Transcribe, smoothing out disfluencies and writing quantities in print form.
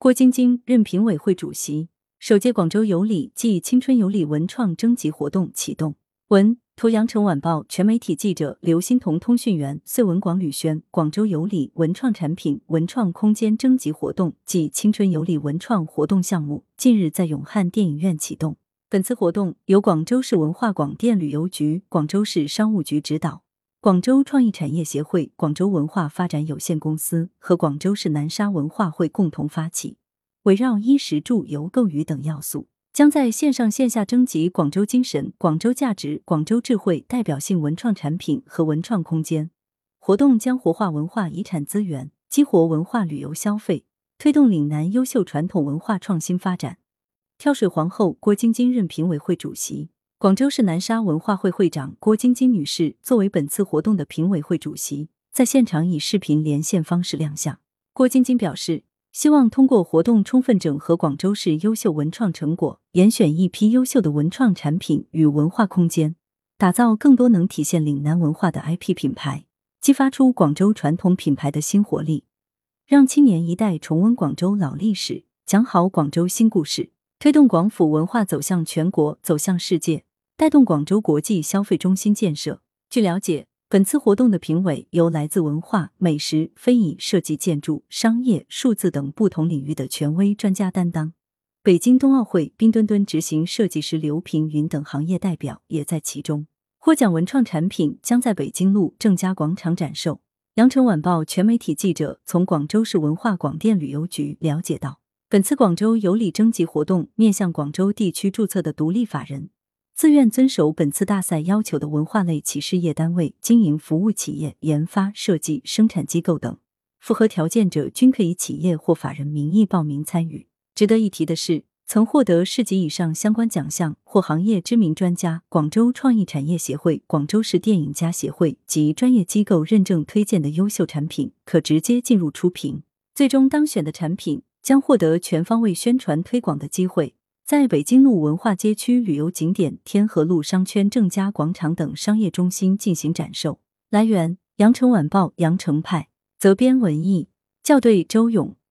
郭晶晶任评委会主席。首届广州有礼暨青春有礼文创征集活动启动。文图：羊城晚报全媒体记者刘欣彤，通讯员穗文广吕轩。广州有礼文创产品文创空间征集活动暨青春有礼文创活动项目近日在永汉电影院启动。本次活动由广州市文化广电旅游局、广州市商务局指导，广州创意产业协会、广州文化发展有限公司和广州市南沙文化会共同发起，围绕衣食住游购娱等要素，将在线上线下征集广州精神、广州价值、广州智慧代表性文创产品和文创空间。活动将活化文化遗产资源，激活文化旅游消费，推动岭南优秀传统文化创新发展。跳水皇后郭晶晶任评委会主席。广州市南沙文化会会长郭晶晶女士作为本次活动的评委会主席，在现场以视频连线方式亮相。郭晶晶表示，希望通过活动充分整合广州市优秀文创成果，严选一批优秀的文创产品与文化空间，打造更多能体现岭南文化的 IP 品牌，激发出广州传统品牌的新活力，让青年一代重温广州老历史，讲好广州新故事，推动广府文化走向全国、走向世界，带动广州国际消费中心建设。据了解，本次活动的评委由来自文化、美食、非遗、设计、建筑、商业、数字等不同领域的权威专家担当。北京冬奥会冰墩墩执行设计师刘平云等行业代表也在其中。获奖文创产品将在北京路正佳广场展售。羊城晚报全媒体记者从广州市文化广电旅游局了解到，本次广州有礼征集活动面向广州地区注册的独立法人、自愿遵守本次大赛要求的文化类企事业单位、经营服务企业、研发、设计、生产机构等，符合条件者均可以企业或法人名义报名参与。值得一提的是，曾获得市级以上相关奖项或行业知名专家、广州创意产业协会、广州市电影家协会及专业机构认证推荐的优秀产品，可直接进入初评。最终当选的产品将获得全方位宣传推广的机会，在北京路文化街区旅游景点、天河路商圈正佳广场等商业中心进行展售。来源：羊城晚报羊城派，责编文艺，校对周勇。